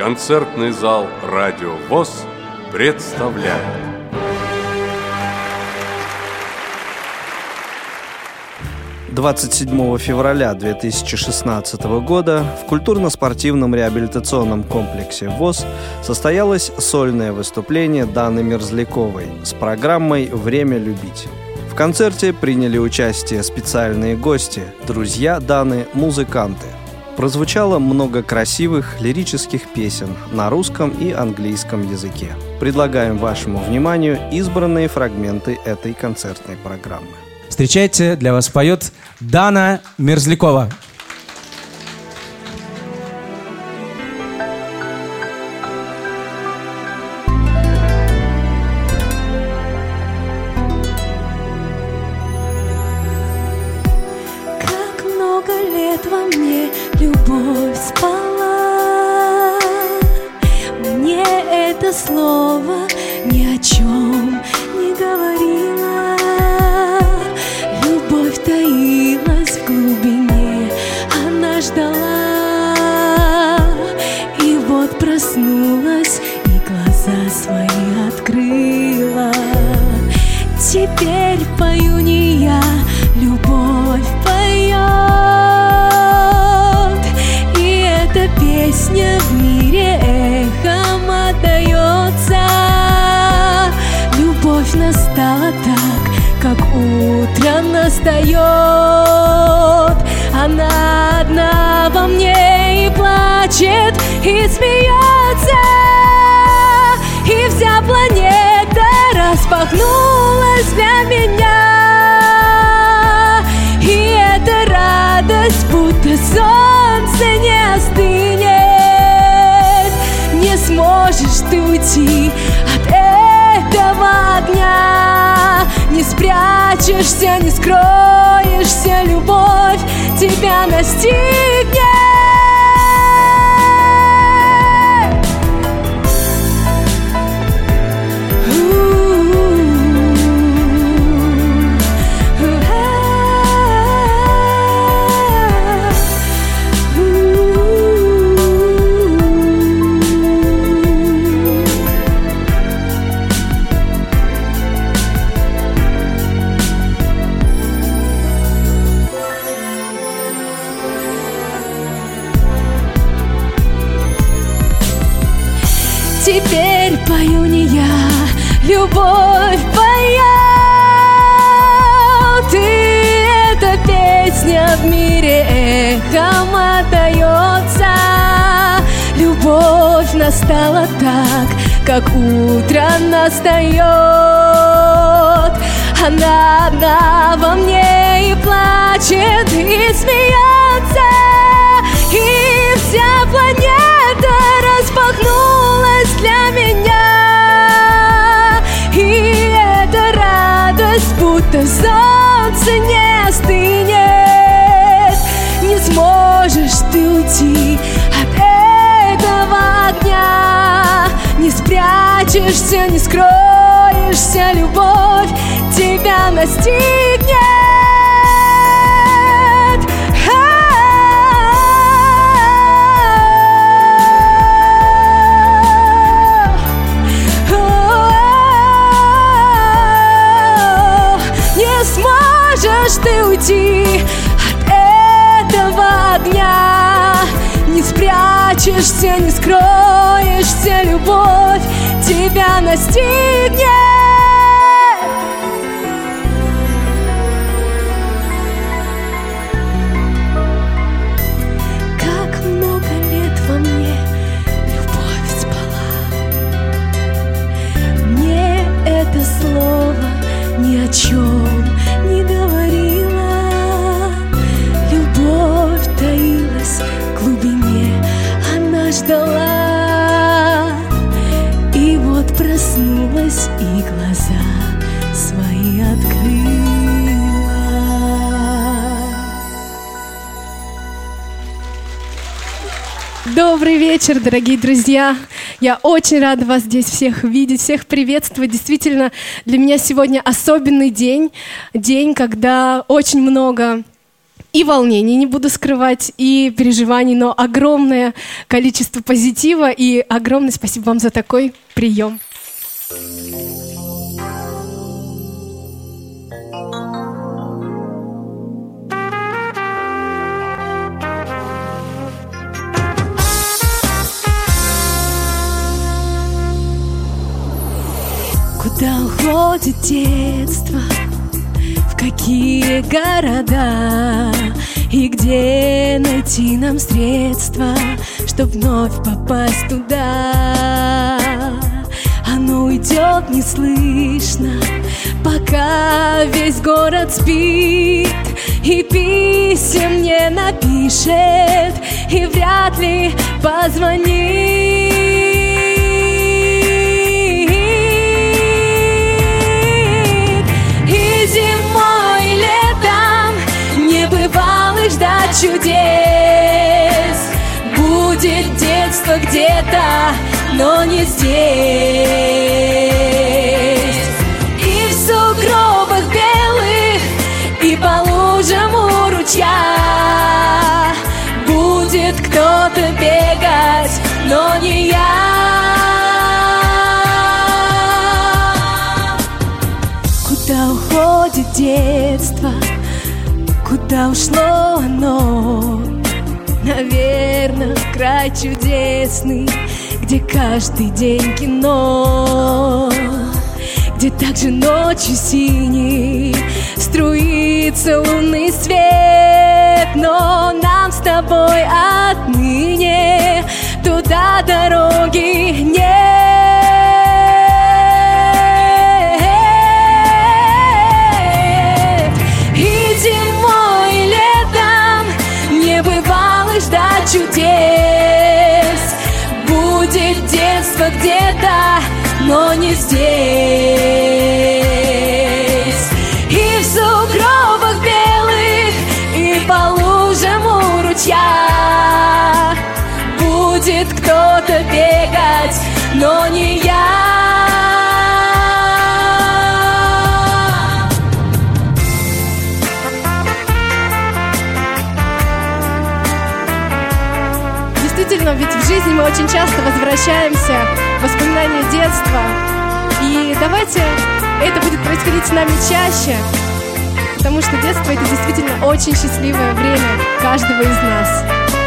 Концертный зал «Радио ВОС» представляет. – 27 февраля 2016 года в культурно-спортивном реабилитационном комплексе ВОС состоялось сольное выступление Даны Мерзляковой с программой «Время любить». В концерте приняли участие специальные гости, друзья Даны, музыканты. Прозвучало много красивых лирических песен на русском и английском языке. Предлагаем вашему вниманию избранные фрагменты этой концертной программы. Встречайте, для вас поет Дана Мерзлякова. Как много лет во мне любовь спала. Мне это слово ни о чем не говорило. Любовь таилась в глубине, она ждала. И вот проснулась и глаза свои открыла. Теперь пою не я, любовь поет. И эта песня в мире эхом отдается. Любовь настала так, как утро настает. Она одна во мне и плачет, и смеется. И вся планета распахнулась для меня. И эта радость, будто солнце, не остынет. Не сможешь ты уйти от этого огня. Не спрячешься, не скроешься, любовь тебя настигнет. Теперь пою не я, любовь поет. И эта песня в мире эхом отдается. Любовь настала так, как утро настает. Она одна во мне и плачет, и смеется. И вся планета распахнулась для меня. И эта радость, будто солнце, не остынет. Не сможешь ты уйти от этого огня. Не спрячешься, не скроешься, любовь тебя настигнет. Ты уйти от этого огня. Не спрячешься, не скроешься, любовь тебя настигнет. Как много лет во мне любовь спала. Мне это слово ни о чем не говорила. Любовь таилась в глубине, она ждала. И вот проснулась и глаза свои открыла. Добрый вечер, дорогие друзья! Я очень рада вас здесь всех видеть, всех приветствовать. Действительно, для меня сегодня особенный день, когда очень много и волнений, не буду скрывать, и переживаний, но огромное количество позитива, и огромное спасибо вам за такой прием. Куда уходит детство, в какие города, и где найти нам средства, чтоб вновь попасть туда? Оно уйдет неслышно, пока весь город спит, и писем не напишет, и вряд ли позвонит. Ждать чудес. Будет детство где-то, но не здесь. И в сугробах белых, и по лужам у ручья будет кто-то бегать, но не я. Куда уходит детство? Куда ушло оно? Наверное, в край чудесный, где каждый день кино, где также ночью синий струится лунный свет. Но нам с тобой отныне туда дороги нет. Ждать чудес. Будет детство где-то, но не здесь. И в сугробах белых, и по лужам у ручья будет кто-то бегать, но не я. Действительно, ведь в жизни мы очень часто возвращаемся в воспоминания детства. И давайте это будет происходить с нами чаще, потому что детство — это действительно очень счастливое время каждого из нас.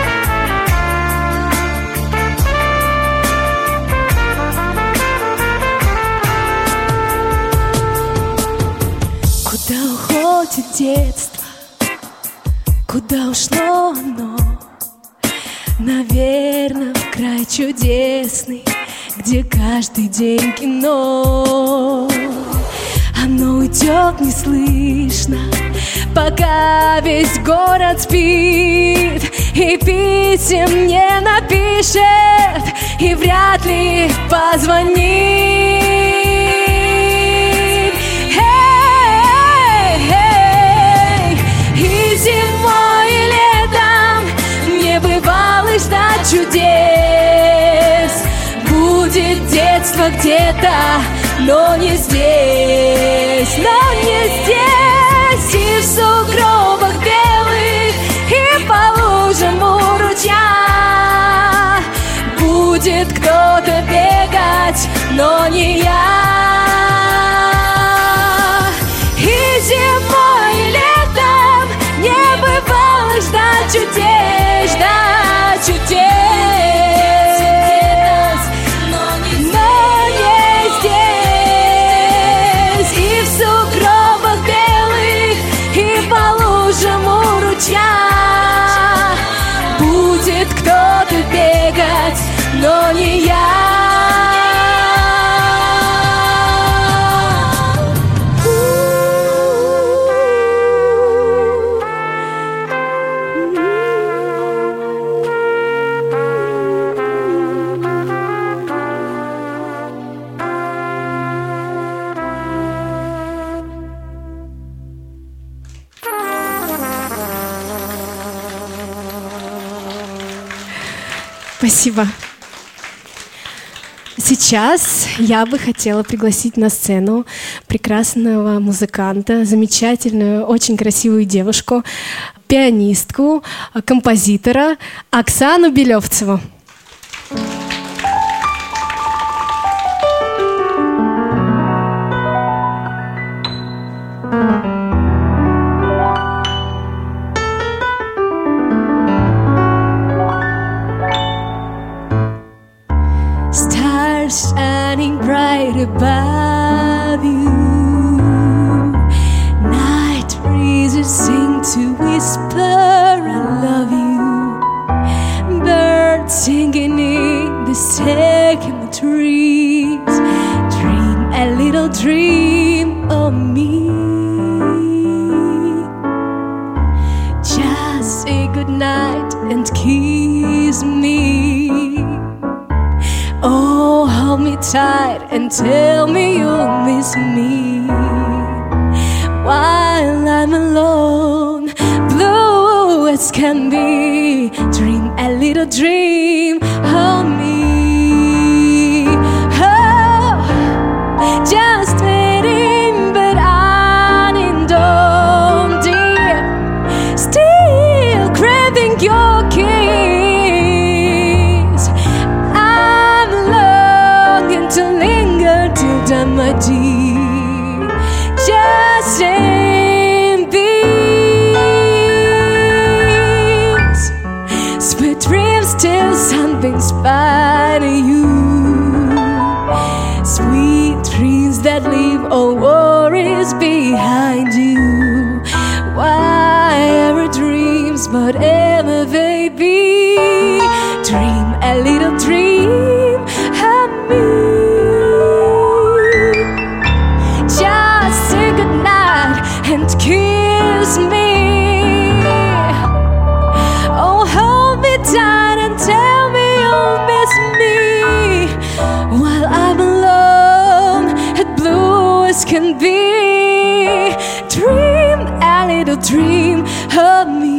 Куда уходит детство? Куда ушло оно? Наверное, в край чудесный, где каждый день кино. Оно уйдет неслышно, пока весь город спит, и писем не напишет, и вряд ли позвонит. И зимой, и летом не бывало ждать чудес. Будет детство где-то, но не здесь, но не здесь. И в сугробах белых, и по лужам у ручья будет кто-то бегать, но не я. И зимой, и летом не бывало ждать чудес, ждать чудес. Будет кто-то бегать, но не я. Спасибо. Сейчас я бы хотела пригласить на сцену прекрасного музыканта, замечательную, очень красивую девушку пианистку, композитора Оксану Белевцеву. Stars shining bright above you. Night breezes sing to whisper, I love you. Birds singing in the sycamore trees. Dream a little dream of me. Just say goodnight and kiss me. Oh, hold me tight and tell me you'll miss me while I'm alone, blue as can be. Dream a little dream of me. Oh, just waiting, but unknown, dear. Still craving your kiss. To linger till dawn, my dear. Just in peace. Sweet dreams till sunbeams by you. Sweet dreams that leave all worries behind you. Whatever dreams, whatever they be, dream a little dream of me. And kiss me. Oh, hold me tight and tell me you'll miss me while I'm alone and blue as can be. Dream a little dream of me.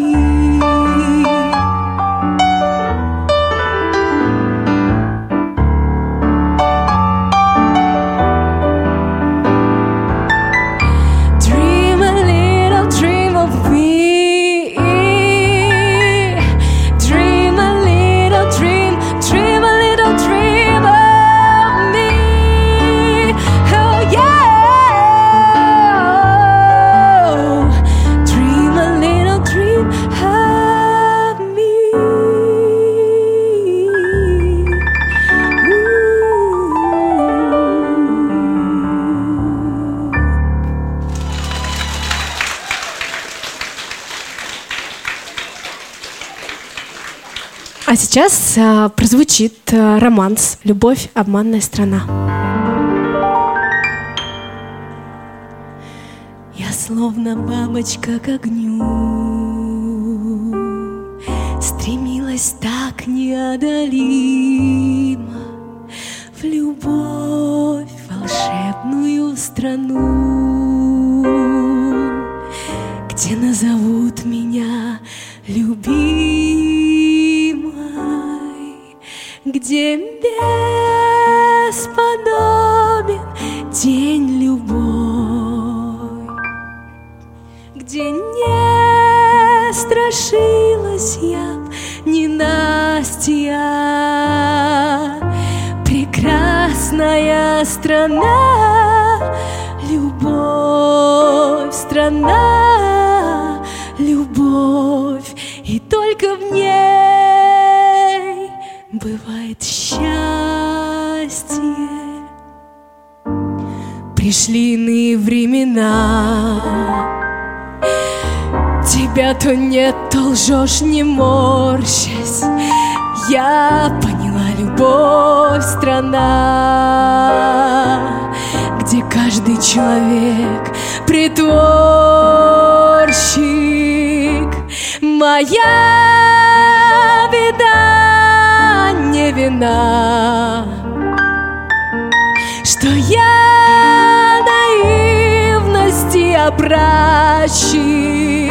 А сейчас прозвучит романс «Любовь, обманная страна». Я словно бабочка к огню, стремилась так неодолимо в любовь, волшебную страну, где назовут меня любимой, где бесподобен день любовь, где не страшилась я ненастья. Прекрасная страна, любовь, страна, любовь, и только в ней бывает счастье. Пришли иные времена, тебя то нет, то лжешь, не морщась. Я поняла, любовь, страна, где каждый человек притворщик. Моя беда не вина, что я наивности образчик.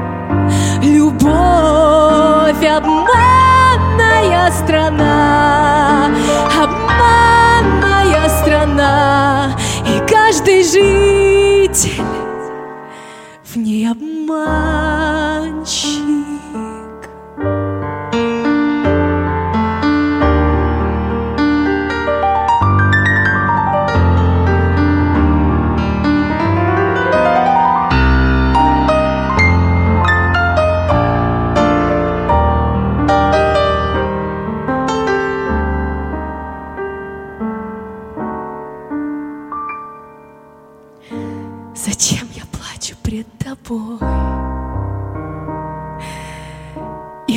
Любовь, обманная страна, обманная страна, и каждый житель в ней обманщик.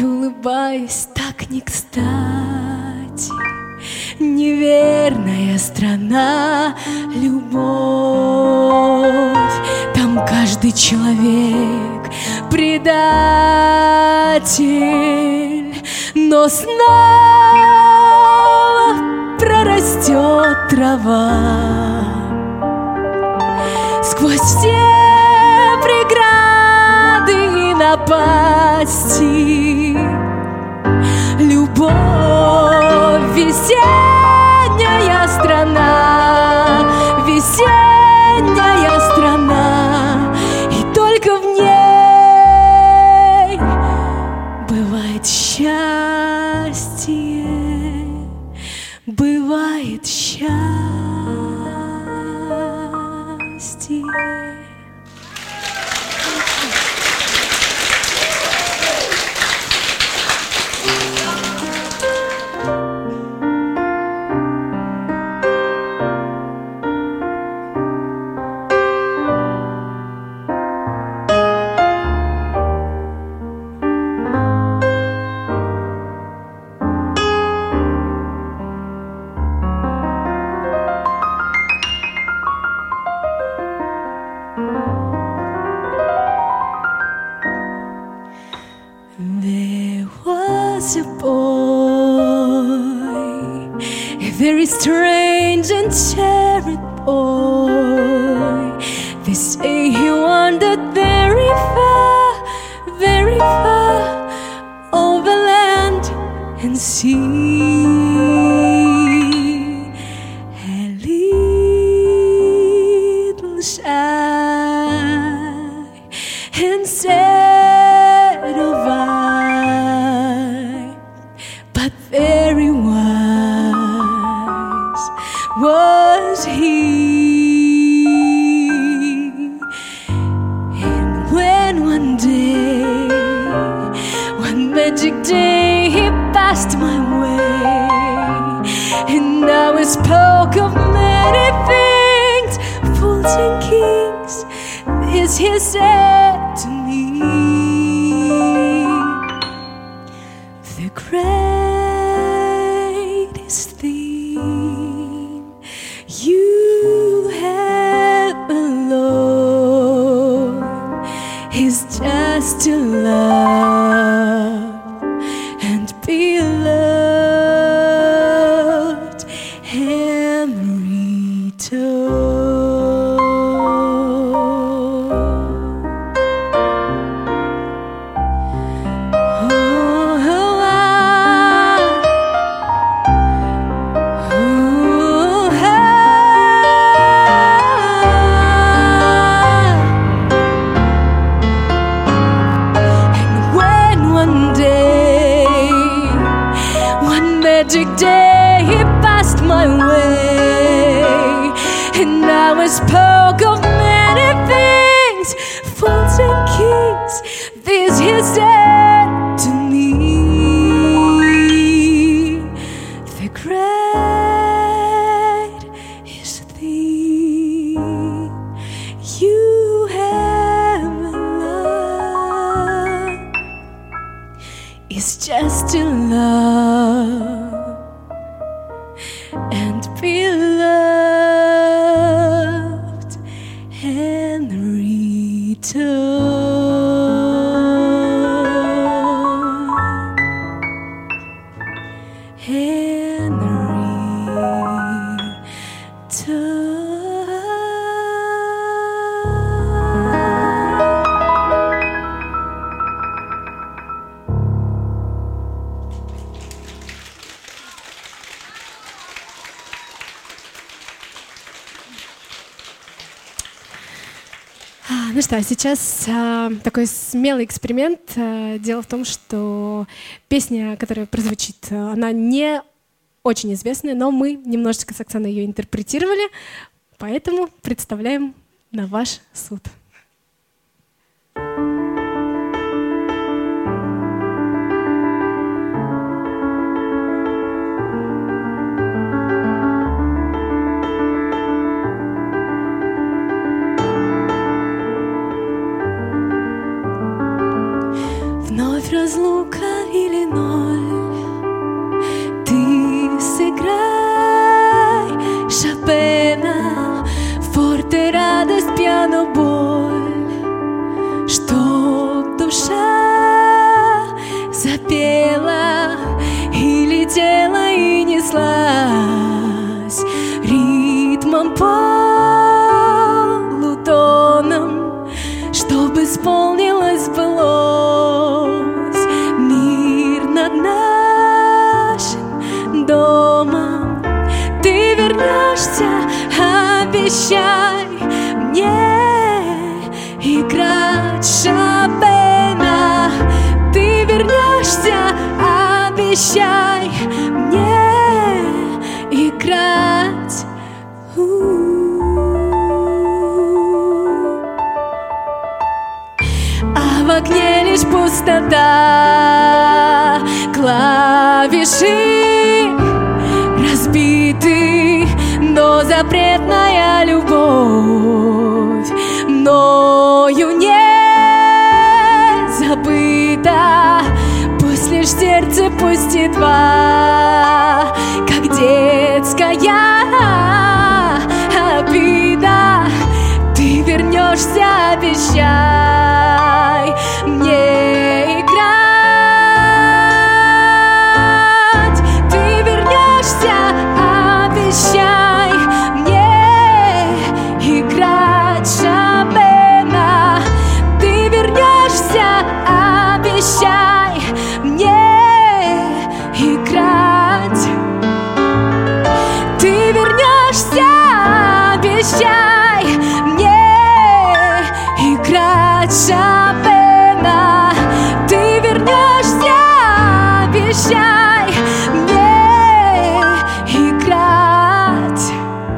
улыбаюсь так не кстати. Неверная страна, любовь. Там каждый человек предатель, но снова прорастет трава. Сквозь все преграды и напасти любовь, весенняя страна, весенняя страна, и только в ней бывает счастье, бывает счастье. There was a boy, a very strange and terrible boy. They say he wandered very far over land and sea. A little shy and sad of eye, but very wise was he. And when one day, one magic day, he passed my way, and now I spoke of many things, fools and kings. This he said to me: the greatest thing you have alone is just to love and be loved and returned. Magic day, he passed my way, and now I spoke of many things, fools and kings. This he said to me: the greatest thing you have loved is just to love and be loved and returned. And Ну что, сейчас такой смелый эксперимент. Дело в том, что песня, которая прозвучит, она не очень известная, но мы немножечко с Оксаной ее интерпретировали, поэтому представляем на ваш суд. вновь разлука и летела, и летела, и неслась ритмом полутоном, чтоб исполнилось, былось мир над нашим домом. Ты вернешься, обещай мне играть Шопена. Ты вернешься, обещай мне играть. А в окне лишь пустота, клавиши разбиты, но запретная любовь мною не забыта. Пусть лишь сердце, пусть едва, как детская обида. Ты вернешься, обещай мне играть. Ты вернешься, обещай мне играть Шопена. Ты вернешься, обещай мне играть. Ты вернешься, обещай мне играть Шопена. Ты вернешься, обещай мне играть.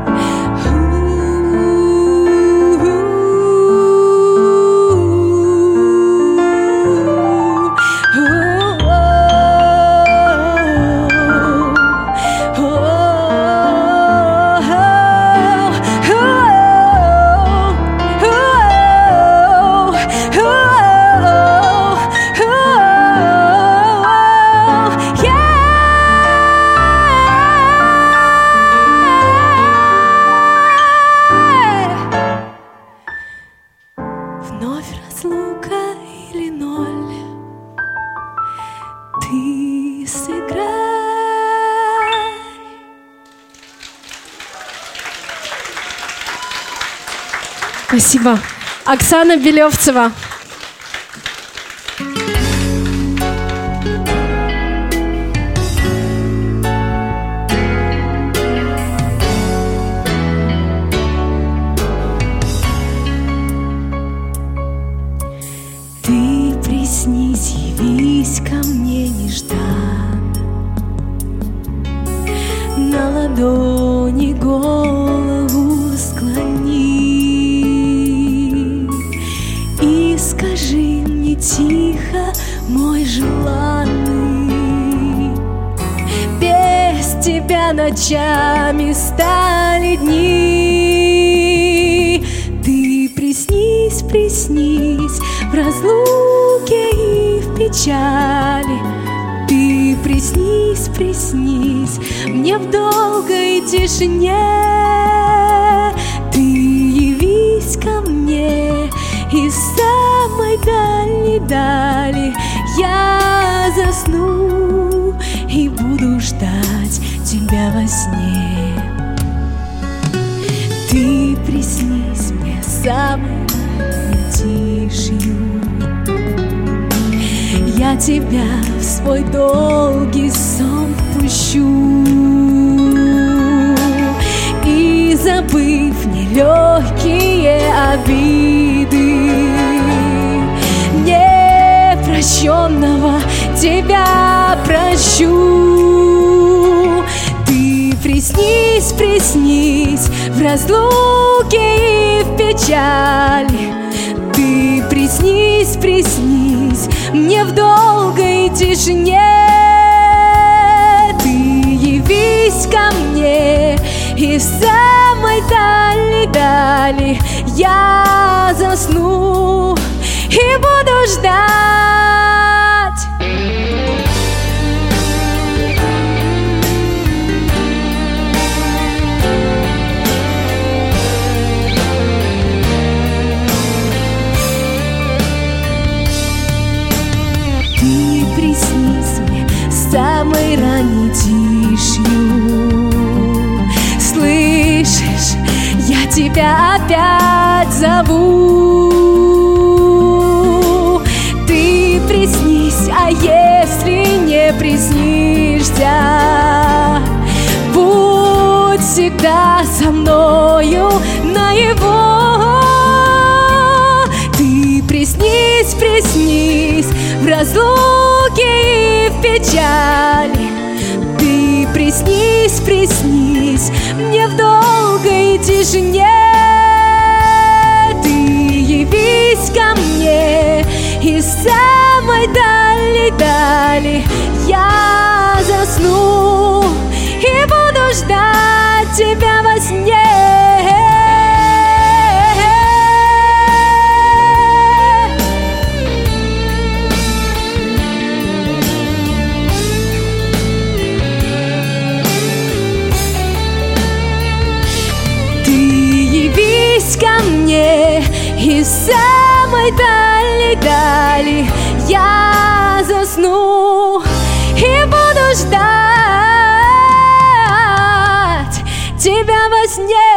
Вновь разлука или ноль, ты сыграй. Спасибо. Оксана Белевцева. Ты приснись, явись ко мне нежданно, на ладони голову склони и скажи мне тихо, мой желанный, без тебя ночами стали дни. Ты приснись, приснись в разлуке и в печали. Ты приснись, приснись мне в долгой тишине. Ты явись ко мне из самой дальней дали. Я засну и буду ждать тебя во сне. Ты приснись мне самой тишью. Я тебя в свой долгий сон пущу, и забыв нелегкие обиды непрощенного тебя прощу. Ты приснись, приснись в разлуке и в печали. Ты приснись, приснись мне в долгой тишине. Ты явись ко мне из самой дальней дали. Я засну и буду ждать. Ты приснись мне самой ранней тишью. Слышишь, я тебя опять зову. Ты приснись, а если не приснишься, будь всегда со мною наяву. Ты приснись, приснись в разлуке и в печали. Ты приснись, приснись мне в долгой тишине. Ты явись ко мне из самой дали. Я засну и буду ждать тебя во сне. Ко мне из самой дали. Я засну и буду ждать тебя во сне.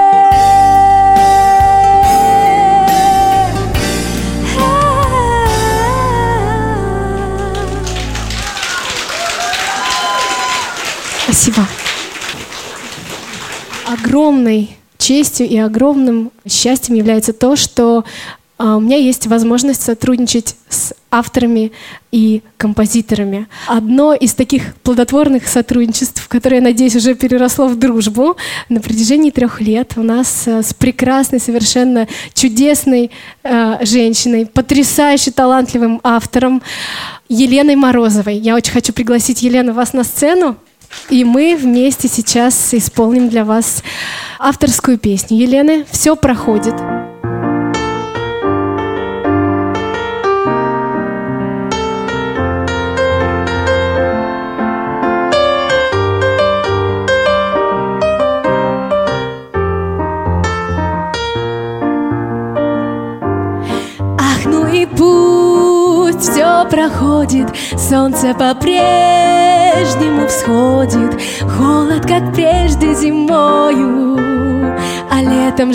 Спасибо. Огромной честью и огромным счастьем является то, что у меня есть возможность сотрудничать с авторами и композиторами. Одно из таких плодотворных сотрудничеств, которое, я надеюсь, уже переросло в дружбу, на протяжении 3 лет у нас с прекрасной, совершенно чудесной женщиной, потрясающе талантливым автором Еленой Морозовой. Я очень хочу пригласить Елену вас на сцену, и мы вместе сейчас исполним для вас авторскую песню Елены «Все проходит». Ах, ну и пусть все проходит, солнце по-прежнему всходит, холод, как прежде зимою, а летом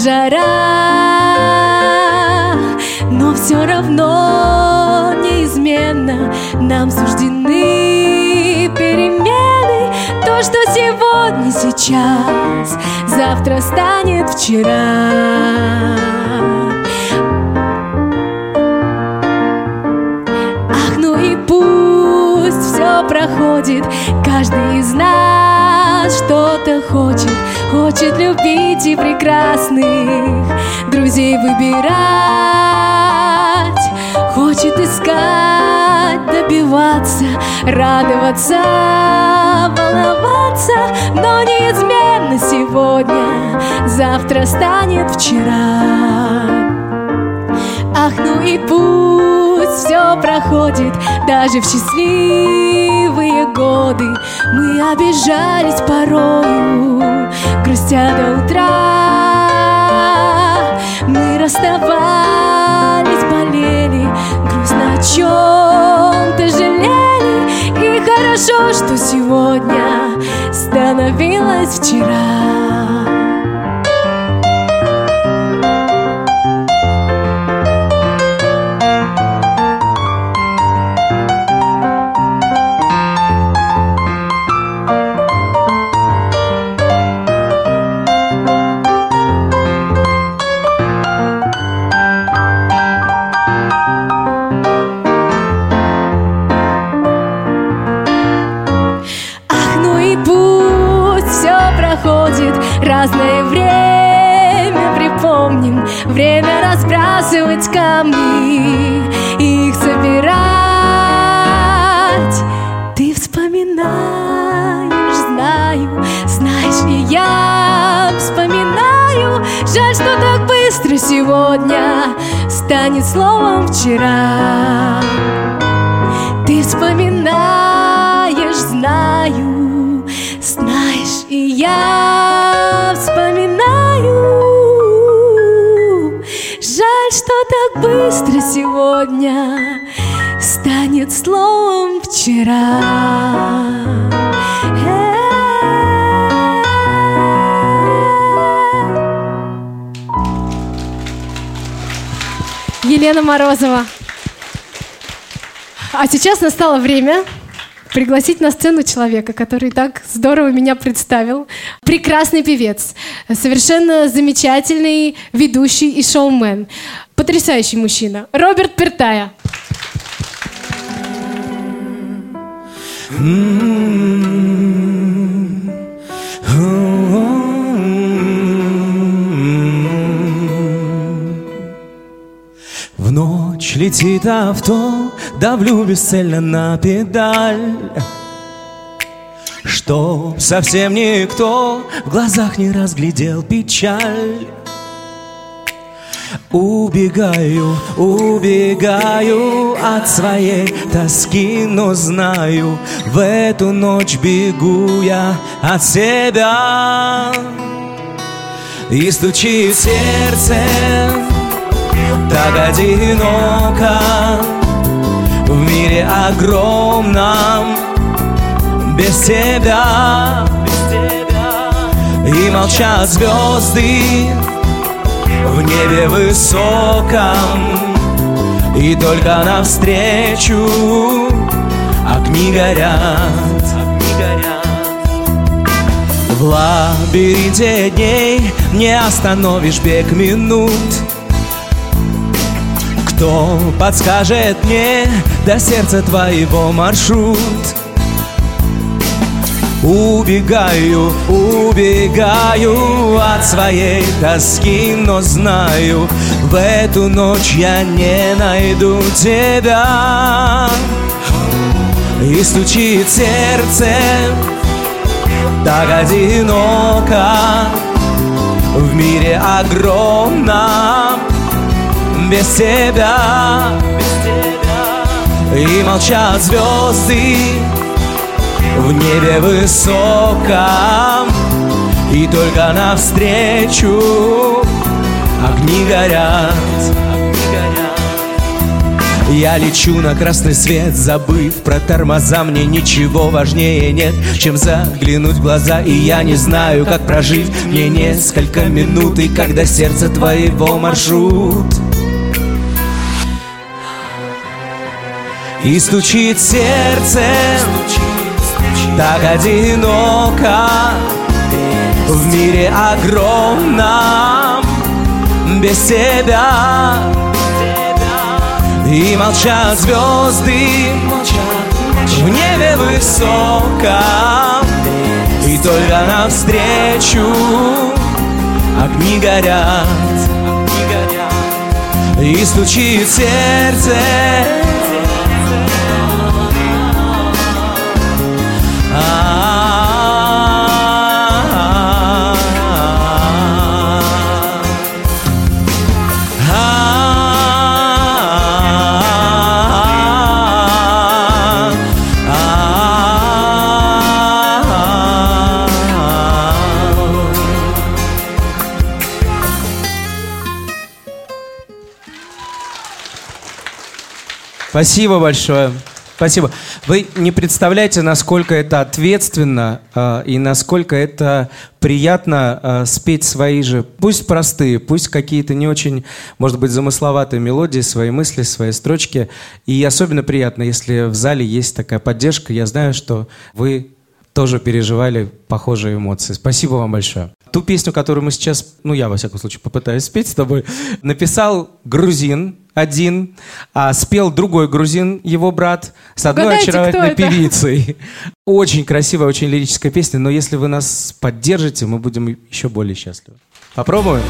жара. Но все равно неизменно нам суждены перемены. То, что сегодня сейчас, завтра станет вчера. Все проходит, каждый из нас что-то хочет. Хочет любить и прекрасных друзей выбирать. Хочет искать, добиваться, радоваться, волноваться. Но неизменно сегодня, завтра станет вчера. Ах, ну и пусть все проходит, даже в счастливые годы мы обижались порою, грустя до утра. Мы расставались, болели, грустно о чем-то жалели. И хорошо, что сегодня становилось вчера. Разное время припомним, время разбрасывать камни, их собирать. Ты вспоминаешь, знаю, знаешь, и я вспоминаю. Жаль, что так быстро сегодня станет словом вчера. Ты вспоминаешь, знаю, знаешь, и я вспоминаю. Жаль, что так быстро сегодня станет словом вчера. вчера. Елена Морозова. А сейчас настало время пригласить на сцену человека, который так здорово меня представил. Прекрасный певец, совершенно замечательный ведущий и шоумен, потрясающий мужчина. Роберт Пертая. В ночь летит авто, давлю бесцельно на педаль, чтоб совсем никто в глазах не разглядел печаль. Убегаю, убегаю от своей тоски, но знаю, в эту ночь бегу я от себя. И стучит сердце так одиноко в мире огромном без тебя. И молчат звезды в небе высоком, и только навстречу огни горят. В лабиринте дней не остановишь бег минут. Кто подскажет мне до сердца твоего маршрут? Убегаю, убегаю от своей тоски, но знаю, в эту ночь я не найду тебя. И стучит сердце так одиноко в мире огромном без тебя. И молчат звезды в небе высоком, и только навстречу огни горят. Я лечу на красный свет, забыв про тормоза. Мне ничего важнее нет, чем заглянуть в глаза. И я не знаю, как прожить мне несколько минут, и когда сердце твоего маршрут. И стучит сердце так одиноко в мире огромном без тебя. И молчат звезды в небе высоком, и только навстречу огни горят. И стучит сердце Спасибо большое. Спасибо. Вы не представляете, насколько это ответственно и насколько это приятно спеть свои же, пусть простые, пусть какие-то не очень, может быть, замысловатые мелодии, свои мысли, свои строчки. И особенно приятно, если в зале есть такая поддержка. Я знаю, что вы тоже переживали похожие эмоции. Спасибо вам большое. Ту песню, которую мы сейчас, я, во всяком случае, попытаюсь спеть с тобой, написал грузин один, а спел другой грузин, его брат, с одной Угадайте, очаровательной певицей. Очень красивая, очень лирическая песня, но если вы нас поддержите, мы будем еще более счастливы. Попробуем?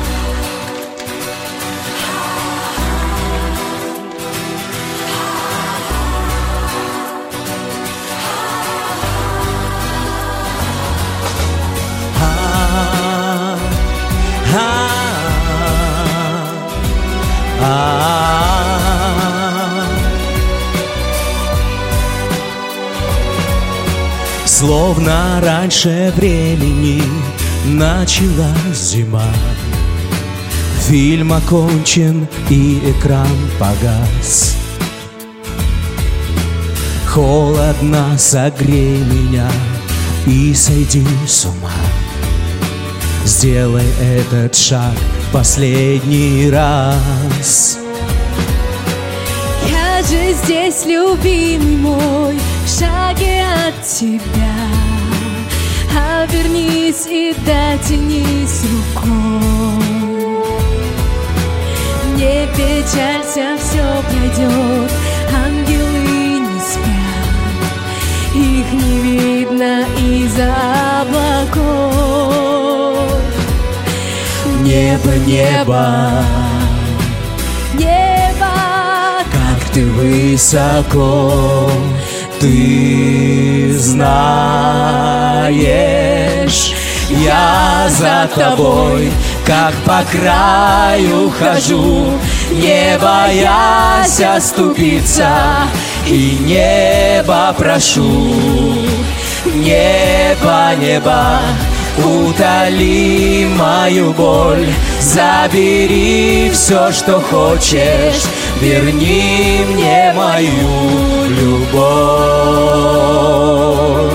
Словно раньше времени началась зима. Фильм окончен и экран погас. холодно, согрей меня и сойди с ума. Сделай этот шаг в последний раз. Я же здесь, любимый мой, в шаге от тебя. Обернись и дотянись рукой. Не печалься, все пройдет, ангелы не спят, их не видно из-за облаков. Небо, небо, небо, как ты высоко, ты знаешь, я за тобой, как по краю хожу, не боясь оступиться, и небо прошу. Небо, небо, утоли мою боль, забери все, что хочешь, верни мне мою любовь.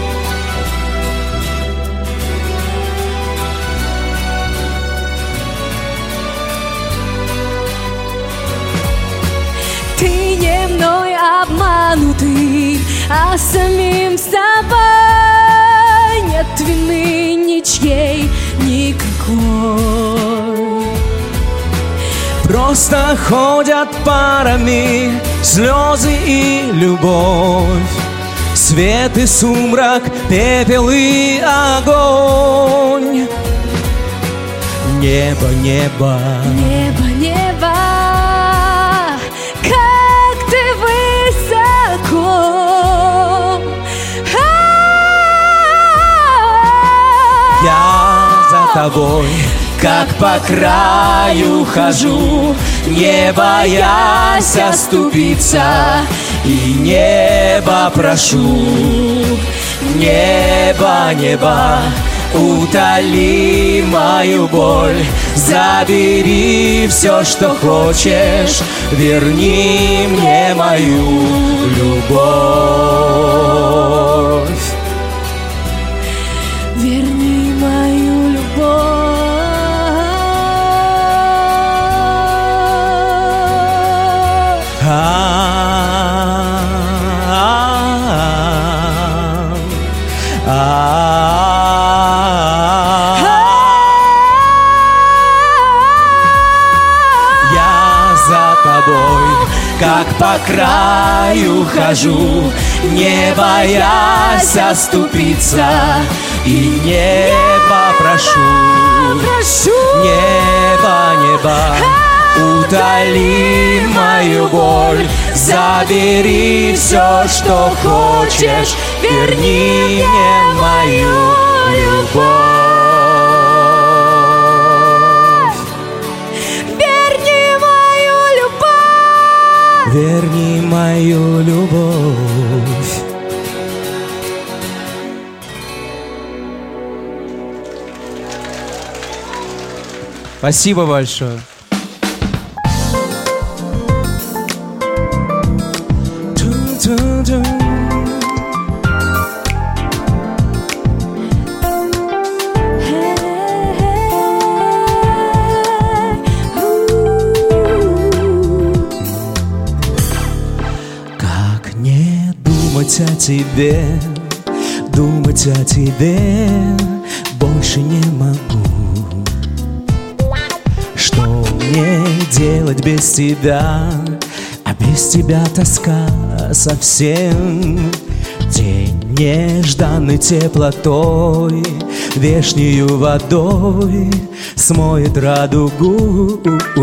Ты не мной обманутый, а самим собой. Нет вины ничьей никакой. Просто ходят парами слезы и любовь, свет и сумрак, пепел и огонь. Небо, небо, Небо, небо, как ты высоко. я за тобой, как по краю хожу, не боясь оступиться, и небо прошу. Небо, небо, утоли мою боль, забери все, что хочешь, верни мне мою любовь. Верни мою любовь. Я за тобой, как по краю хожу, не боясь оступиться, и небо прошу. Небо, небо, утоли мою боль, забери все, что хочешь, верни мне мою любовь. Верни мою любовь. Верни мою любовь. Спасибо большое. Как не думать о тебе, думать о тебе больше не могу. Что мне делать без тебя? А без тебя тоска совсем. День нежданной теплотой, вешнею водой смоет радугу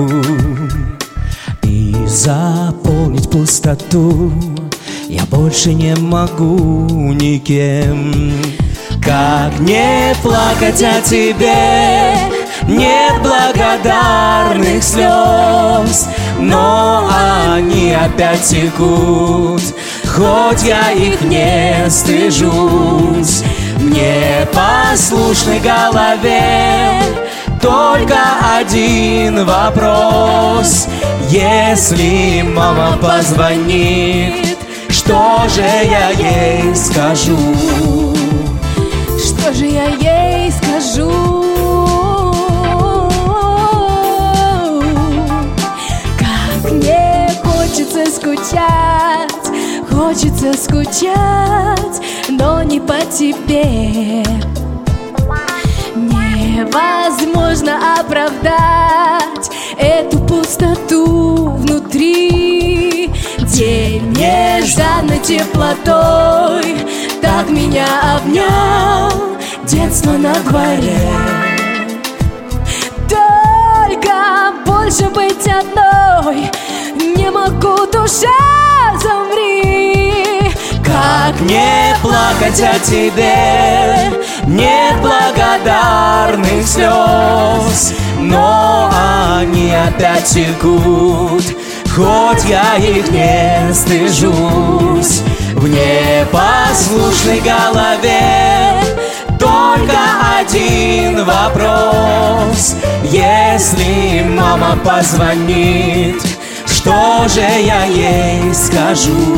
и заполнить пустоту я больше не могу никем. Как не плакать о тебе? Нет благодарных слез, но они опять текут, хоть я их не стыжусь. Мне послушной голове только один вопрос: если мама позвонит, Что же я ей скажу? Что же я ей скажу? Как мне хочется скучать, но не по тебе. Невозможно оправдать эту пустоту внутри. День нежданной теплотой так меня обнял, детство на дворе. Только больше быть одной не могу, душа, замри. Как не плакать о тебе, нет благодарных слез, но они опять текут, хоть я их не стыжусь. В непослушной голове только один вопрос: если мама позвонит, что же я ей скажу?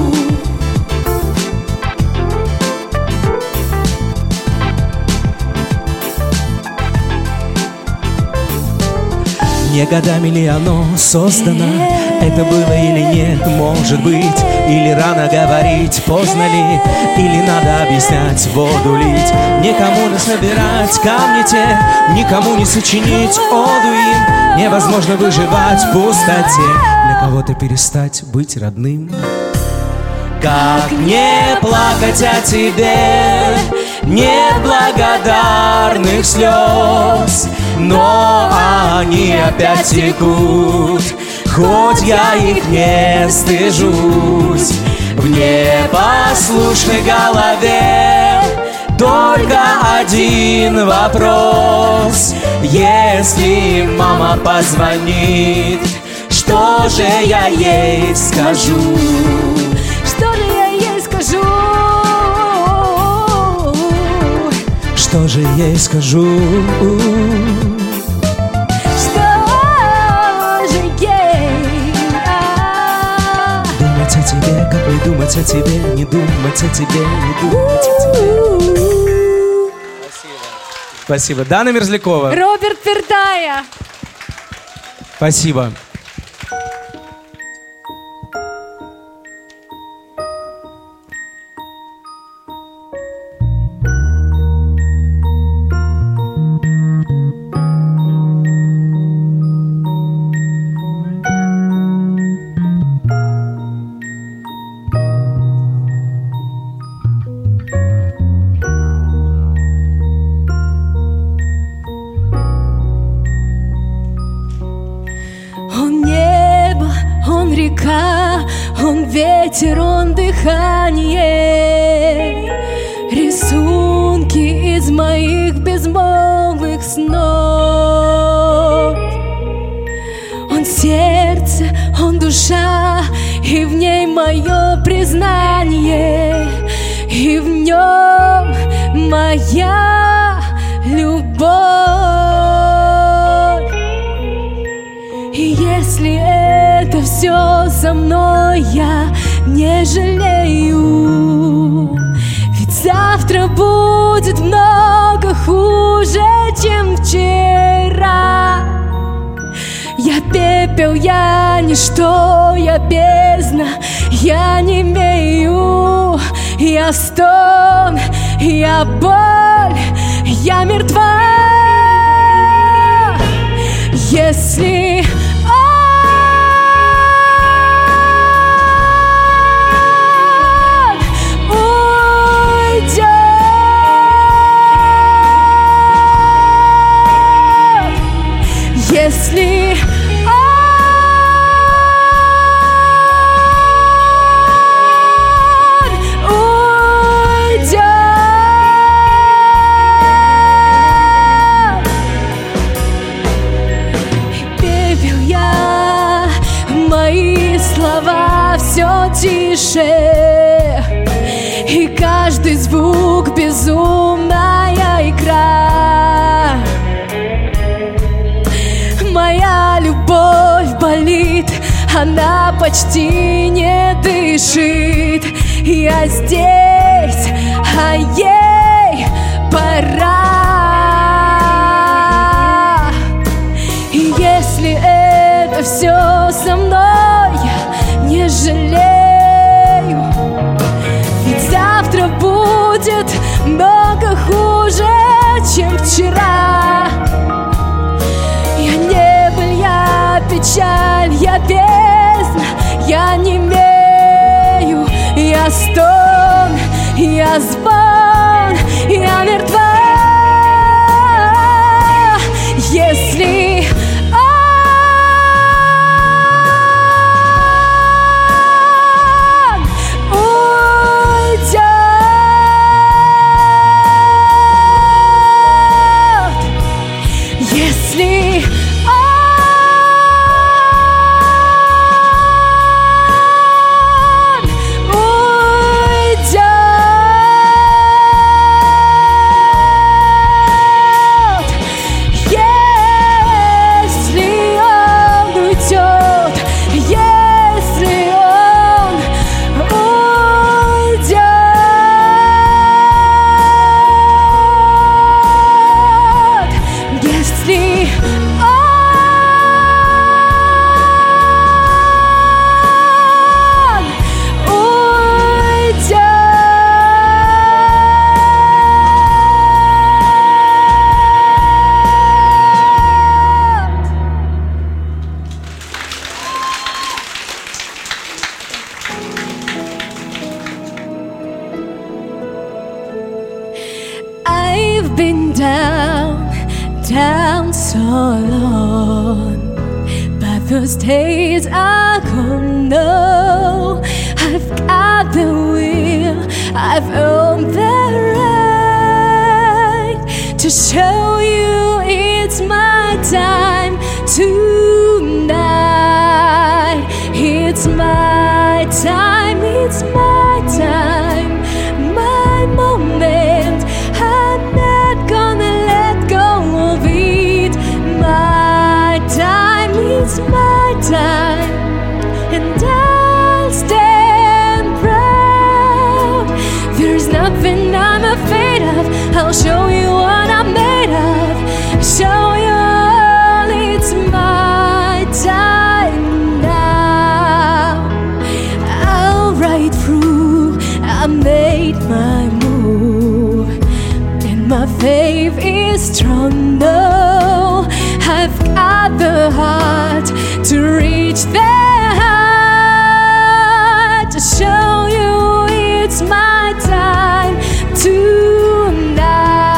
Не годами ли оно создано? Это было или нет, может быть? Или рано говорить, поздно ли? Или надо объяснять, воду лить? Никому не собирать камни те, никому не сочинить оду им. Невозможно выживать в пустоте, для кого-то перестать быть родным. Как не плакать о тебе, нет благодарных слез, но они опять текут, хоть я их не стыжусь. В непослушной голове только один вопрос: если мама позвонит, что же я ей скажу? Что же я ей скажу? Что же ей скажу? Что же ей? Думать о тебе, как не думать о тебе, не думать о тебе, не думать о тебе. Спасибо. Дана Мерзлякова. Роберт Пердая. Спасибо. Он ветер, он дыхание, рисунки из моих безмолвных снов. Он сердце, он душа, и в ней мое признание, и в нем моя любовь. И если это все со мной, я не жалею, ведь завтра будет много хуже, чем вчера. Я пепел, я ничто, я бездна, я не имею, я стон, я боль, я мертва. Если если он уйдет, и пепел я, мои слова все тише, и каждый звук безумная игра. Моя любовь болит она почти не дышит. Я здесь, а ей пора. И если это все со мной, я не жалею. Ведь завтра будет много хуже, чем вчера. Я небыль, я печаль, я бездна, я немею, я стон, я звон, я мертва. Если он уйдет, если I've been down so long, but those days are gone. No, I've got the will, I've earned the right to show you it's my time tonight. It's my time, it's my time, my moment. I'm not gonna let go of it. My time, it's my time, and I'll stand proud. There's nothing I'm afraid of. I'll show you what I'm made of. Show you all, it's my time now. I'll ride through, I made my move, and my faith is strong. No, I've got the heart to reach the heart, to show you it's my time tonight.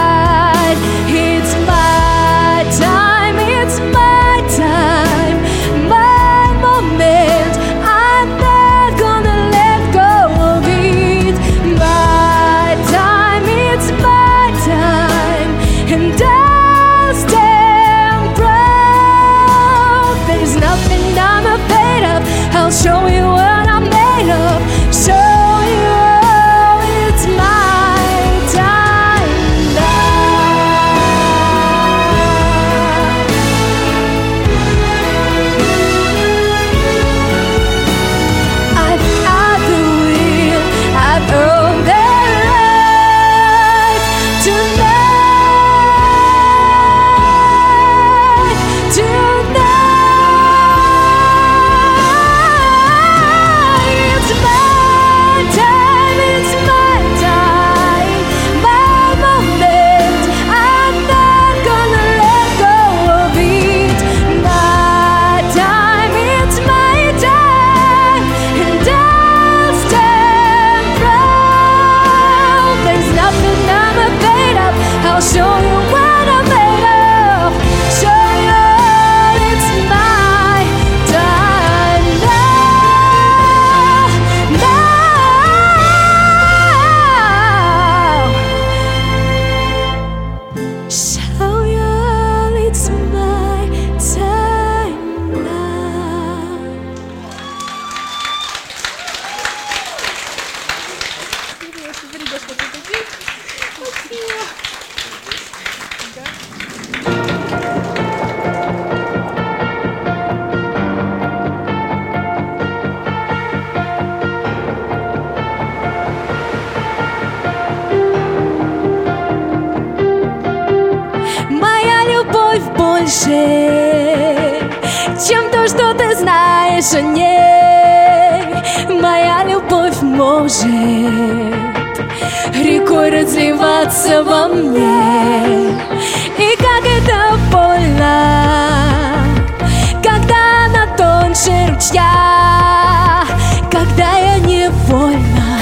больше, чем то, что ты знаешь о ней. Моя любовь может рекой разливаться во мне. И как это больно, когда она тоньше ручья, когда я невольна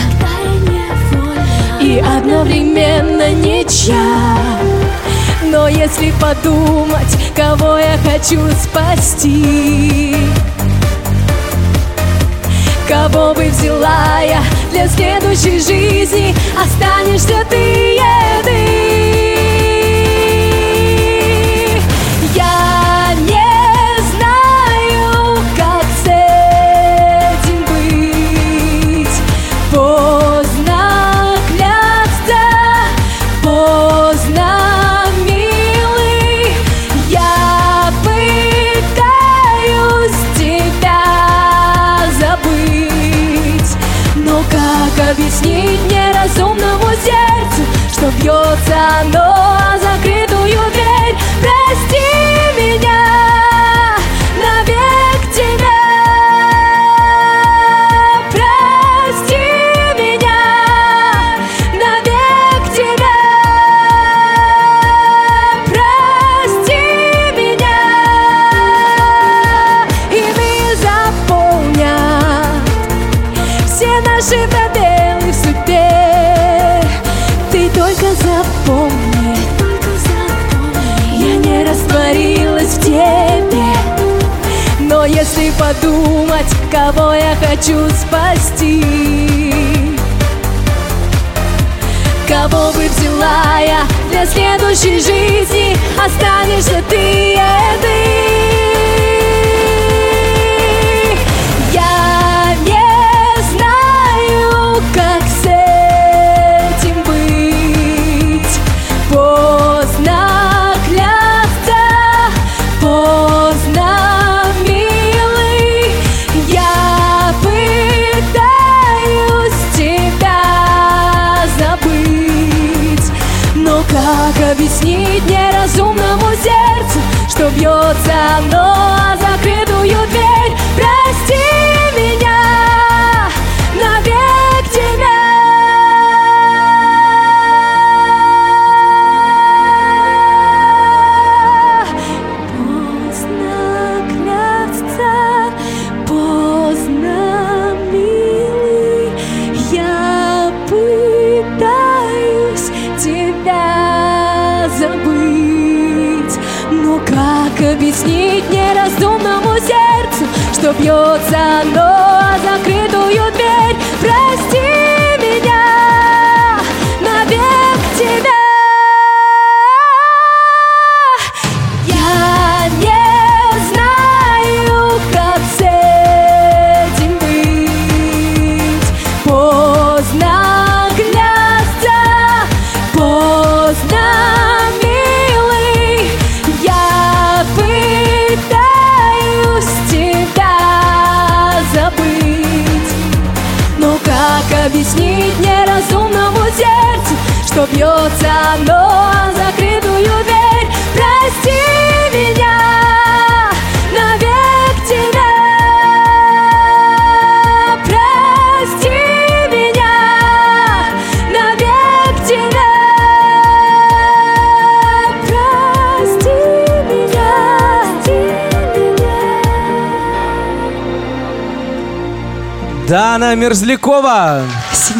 и одновременно ничья. Но если подумать, кого я хочу спасти, кого бы взяла я для следующей жизни, останешься ты, Я не знаю, как с этим быть. Поздно клясться, поздно, милый. Я пытаюсь тебя забыть, но как объяснить неразумному сердцу, что бьется оно о закрытую дверь? Прости меня, навек тебя. Прости меня, навек тебя. Прости меня, и мы заполнят все наши пробелы в судьбе. Ты только запомни, я не растворилась в тебе. Но если подумать, кого я хочу спасти, кого бы взяла я для следующей жизни, останешься ты, Я не знаю, как с этим быть. Поздно клясться, поздно, милый. Я пытаюсь тебя забыть, но как объяснить неразумному сердцу, что бьется оно о закрытую дверь? Прости меня, навек тебя. Поздно клясться, поздно, милый. Я пытаюсь тебя забыть, но как объяснить неразумному сердцу, что бьется оно о закрытую дверь? Прости меня, навек тебя. Я не знаю, как с этим быть. Поздно клясться, поздно, милый. Я пытаюсь тебя забыть, но как объяснить неразумному сердцу, что бьется оно о закрытую дверь? Прости меня, навек тебя. Прости меня, навек тебя. Прости меня. Дана Мерзлякова. Спасибо.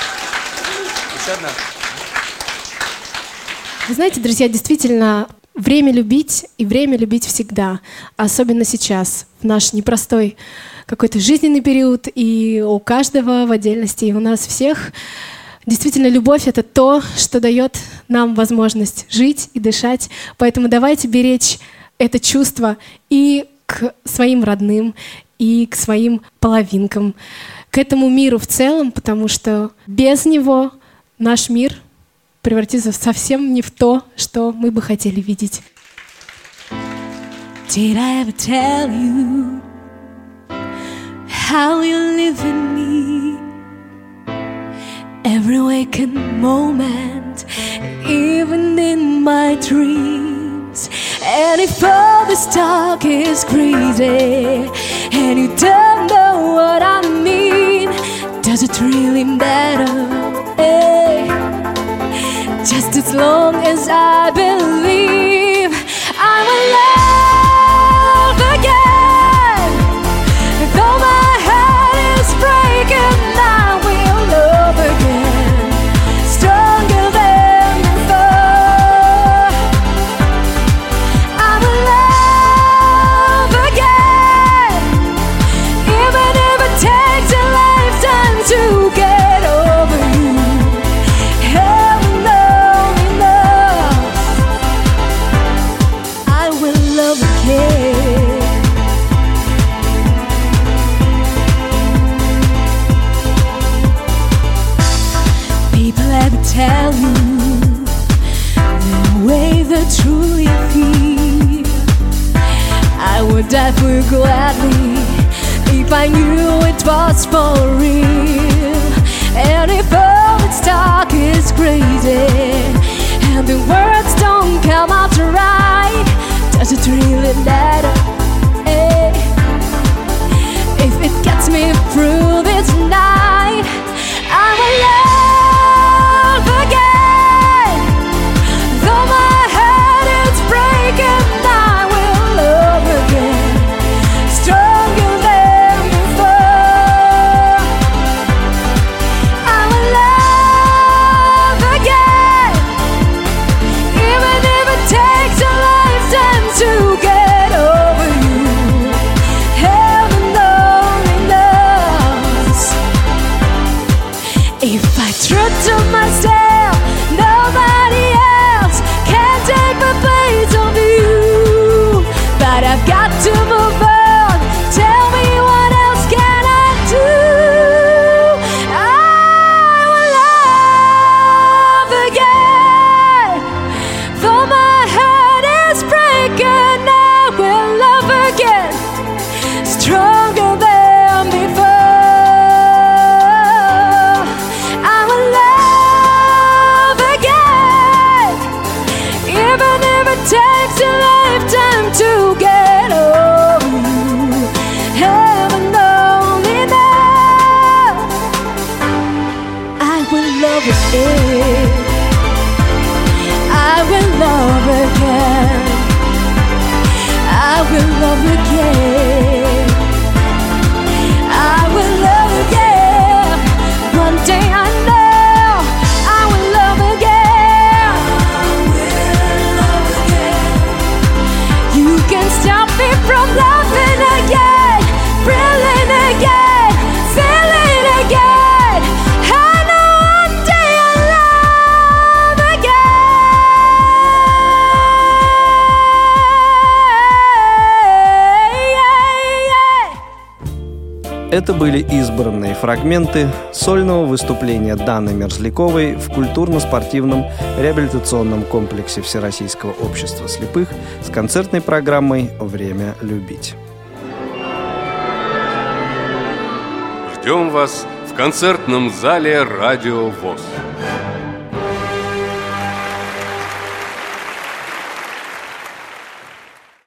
Вы знаете, друзья, действительно, время любить и время любить всегда. Особенно сейчас, в наш непростой какой-то жизненный период, и у каждого в отдельности, и у нас всех. Действительно, любовь — это то, что дает нам возможность жить и дышать. Поэтому давайте беречь это чувство и к своим родным, и к своим половинкам, к этому миру в целом, потому что без него наш мир превратится совсем не в то, что мы бы хотели видеть. Did I ever tell you how you live in me? Every waking moment, even in my dreams, And if all this talk is crazy and you don't know what I mean, does it really matter? Hey. Just as long as I believe I will love again. Though my heart is breaking, I will love again, stronger than before. I will love again, even if it takes a lifetime to get over you. Heaven only knows. I will love again. People ever tell you the way they truly feel? I would die for you gladly if I knew it was for real. And if all its talk is crazy and the words don't come out right, does it really matter? Hey. If it gets me through this night, I will love again. Though my heart is breaking, I will love again, stronger than before. I will love again, even if it takes a lifetime to get over you. Heaven only knows. If I true to myself, nobody else can take my place of you. But I've got to move on. Tell me, what else can I do? I will love again. Though my heart is breaking, I will love again, stronger than before. I will love again, even if it takes a lifetime to get over you. Heaven only knows. I will love again. I will love again. I will love again. I will love again. One day I know I will love again. You can stop me from loving again, thrilling again, feeling again. I know one day I'll love again. Это были избранные фрагменты сольного выступления Даны Мерзляковой в культурно-спортивном реабилитационном комплексе Всероссийского общества слепых с концертной программой «Время любить». Ждем вас в концертном зале «Радио ВОС».